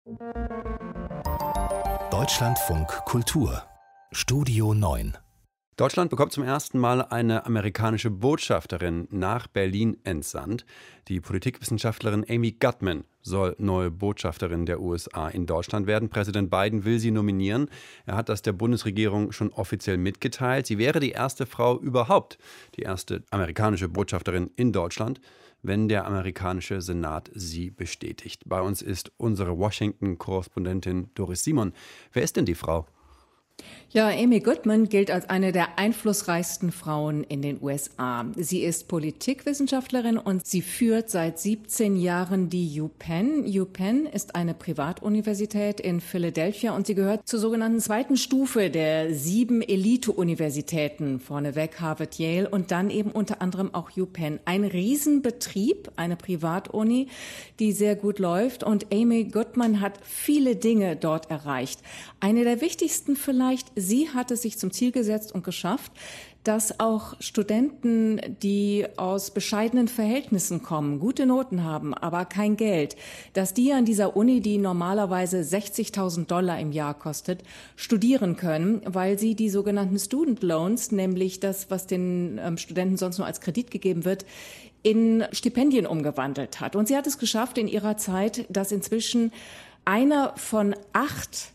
Deutschlandfunk Kultur Studio 9. Deutschland bekommt zum ersten Mal eine amerikanische Botschafterin nach Berlin entsandt. Die Politikwissenschaftlerin Amy Gutmann soll neue Botschafterin der USA in Deutschland werden. Präsident Biden will sie nominieren. Er hat das der Bundesregierung schon offiziell mitgeteilt. Sie wäre die erste Frau überhaupt, die erste amerikanische Botschafterin in Deutschland, wenn der amerikanische Senat sie bestätigt. Bei uns ist unsere Washington-Korrespondentin Doris Simon. Wer ist denn die Frau? Ja, Amy Gutmann gilt als eine der einflussreichsten Frauen in den USA. Sie ist Politikwissenschaftlerin und sie führt seit 17 Jahren die UPenn. UPenn ist eine Privatuniversität in Philadelphia und sie gehört zur sogenannten zweiten Stufe der 7 Elite-Universitäten, vorneweg Harvard, Yale und dann eben unter anderem auch UPenn. Ein Riesenbetrieb, eine Privatuni, die sehr gut läuft, und Amy Gutmann hat viele Dinge dort erreicht. Eine der wichtigsten vielleicht, sie hat es sich zum Ziel gesetzt und geschafft, dass auch Studenten, die aus bescheidenen Verhältnissen kommen, gute Noten haben, aber kein Geld, dass die an dieser Uni, die normalerweise $60.000 im Jahr kostet, studieren können, weil sie die sogenannten Student Loans, nämlich das, was den Studenten sonst nur als Kredit gegeben wird, in Stipendien umgewandelt hat. Und sie hat es geschafft in ihrer Zeit, dass inzwischen einer von 8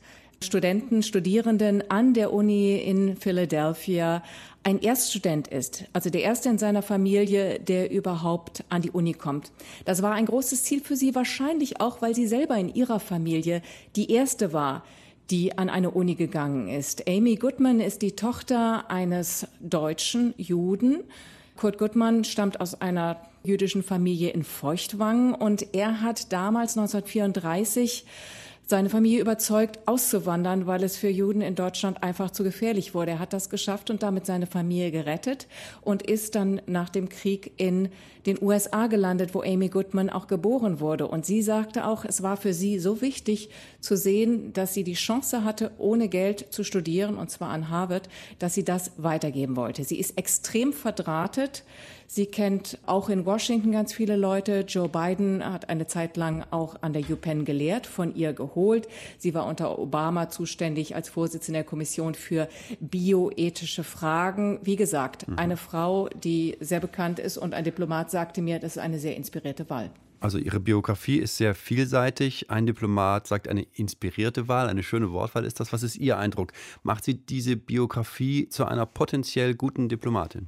Studierenden an der Uni in Philadelphia ein Erststudent ist, also der erste in seiner Familie, der überhaupt an die Uni kommt. Das war ein großes Ziel für sie, wahrscheinlich auch, weil sie selber in ihrer Familie die erste war, die an eine Uni gegangen ist. Amy Gutmann ist die Tochter eines deutschen Juden. Kurt Gutmann stammt aus einer jüdischen Familie in Feuchtwangen und er hat damals 1934 seine Familie überzeugt, auszuwandern, weil es für Juden in Deutschland einfach zu gefährlich wurde. Er hat das geschafft und damit seine Familie gerettet und ist dann nach dem Krieg in den USA gelandet, wo Amy Gutmann auch geboren wurde. Und sie sagte auch, es war für sie so wichtig zu sehen, dass sie die Chance hatte, ohne Geld zu studieren, und zwar an Harvard, dass sie das weitergeben wollte. Sie ist extrem verdrahtet. Sie kennt auch in Washington ganz viele Leute. Joe Biden hat eine Zeit lang auch an der UPenn gelehrt, von ihr geholt. Sie war unter Obama zuständig als Vorsitzende der Kommission für bioethische Fragen. Wie gesagt, eine Frau, die sehr bekannt ist, und ein Diplomat sagte mir, das ist eine sehr inspirierte Wahl. Also Ihre Biografie ist sehr vielseitig. Ein Diplomat sagt, eine inspirierte Wahl, eine schöne Wortwahl ist das. Was ist Ihr Eindruck? Macht sie diese Biografie zu einer potenziell guten Diplomatin?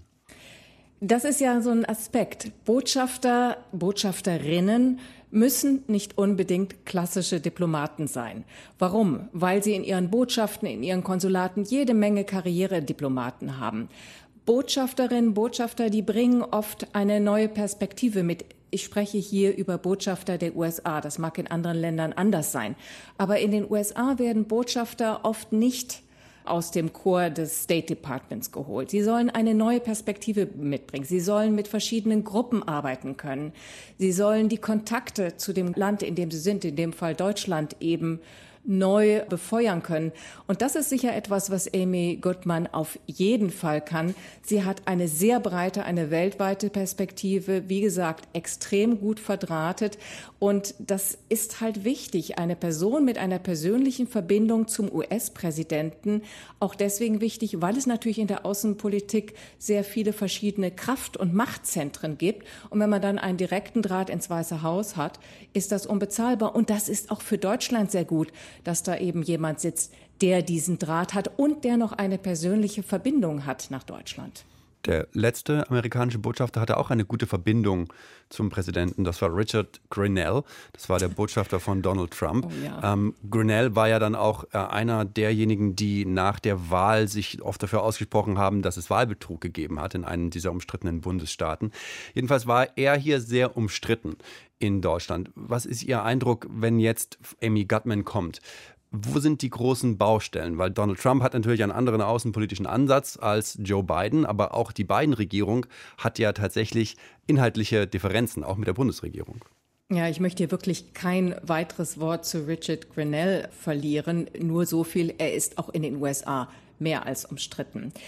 Das ist ja so ein Aspekt. Botschafter, Botschafterinnen müssen nicht unbedingt klassische Diplomaten sein. Warum? Weil sie in ihren Botschaften, in ihren Konsulaten jede Menge Karrierediplomaten haben. Botschafterinnen, Botschafter, die bringen oft eine neue Perspektive mit. Ich spreche hier über Botschafter der USA. Das mag in anderen Ländern anders sein. Aber in den USA werden Botschafter oft nicht aus dem Chor des State Departments geholt. Sie sollen eine neue Perspektive mitbringen. Sie sollen mit verschiedenen Gruppen arbeiten können. Sie sollen die Kontakte zu dem Land, in dem sie sind, in dem Fall Deutschland, eben neu befeuern können. Und das ist sicher etwas, was Amy Gutmann auf jeden Fall kann. Sie hat eine sehr breite, eine weltweite Perspektive, wie gesagt, extrem gut verdrahtet. Und das ist halt wichtig. Eine Person mit einer persönlichen Verbindung zum US-Präsidenten, auch deswegen wichtig, weil es natürlich in der Außenpolitik sehr viele verschiedene Kraft- und Machtzentren gibt. Und wenn man dann einen direkten Draht ins Weiße Haus hat, ist das unbezahlbar. Und das ist auch für Deutschland sehr gut, dass da eben jemand sitzt, der diesen Draht hat und der noch eine persönliche Verbindung hat nach Deutschland. Der letzte amerikanische Botschafter hatte auch eine gute Verbindung zum Präsidenten. Das war Richard Grenell. Das war der Botschafter von Donald Trump. Oh ja. Grenell war ja dann auch einer derjenigen, die nach der Wahl sich oft dafür ausgesprochen haben, dass es Wahlbetrug gegeben hat in einem dieser umstrittenen Bundesstaaten. Jedenfalls war er hier sehr umstritten in Deutschland. Was ist Ihr Eindruck, wenn jetzt Amy Gutmann kommt? Wo sind die großen Baustellen? Weil Donald Trump hat natürlich einen anderen außenpolitischen Ansatz als Joe Biden, aber auch die Biden-Regierung hat ja tatsächlich inhaltliche Differenzen, auch mit der Bundesregierung. Ja, ich möchte hier wirklich kein weiteres Wort zu Richard Grenell verlieren. Nur so viel, er ist auch in den USA mehr als umstritten.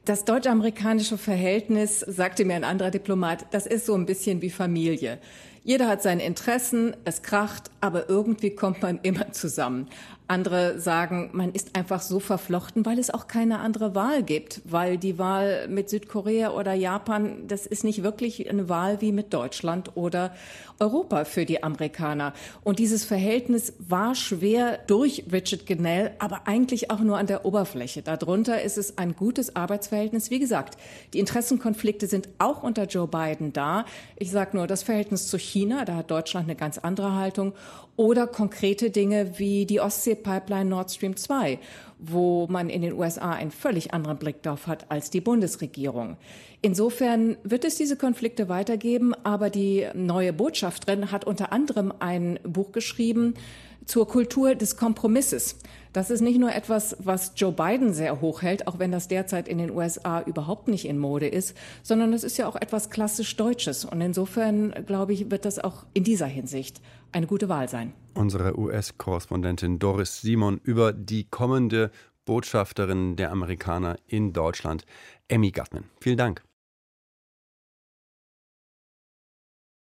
Das deutsch-amerikanische Verhältnis, sagte mir ein anderer Diplomat, das ist so ein bisschen wie Familie. Jeder hat seine Interessen, es kracht, aber irgendwie kommt man immer zusammen. Andere sagen, man ist einfach so verflochten, weil es auch keine andere Wahl gibt. Weil die Wahl mit Südkorea oder Japan, das ist nicht wirklich eine Wahl wie mit Deutschland oder Europa für die Amerikaner. Und dieses Verhältnis war schwer durch Richard Grenell, aber eigentlich auch nur an der Oberfläche. Darunter ist es ein gutes Arbeitsverhältnis. Wie gesagt, die Interessenkonflikte sind auch unter Joe Biden da. Ich sage nur, das Verhältnis zu China, da hat Deutschland eine ganz andere Haltung. Oder konkrete Dinge wie die Ostsee-Pipeline Nord Stream 2, wo man in den USA einen völlig anderen Blick darauf hat als die Bundesregierung. Insofern wird es diese Konflikte weitergeben, aber die neue Botschafterin hat unter anderem ein Buch geschrieben zur Kultur des Kompromisses. Das ist nicht nur etwas, was Joe Biden sehr hoch hält, auch wenn das derzeit in den USA überhaupt nicht in Mode ist, sondern es ist ja auch etwas klassisch Deutsches. Und insofern, glaube ich, wird das auch in dieser Hinsicht eine gute Wahl sein. Unsere US-Korrespondentin Doris Simon über die kommende Botschafterin der Amerikaner in Deutschland, Amy Gutmann. Vielen Dank.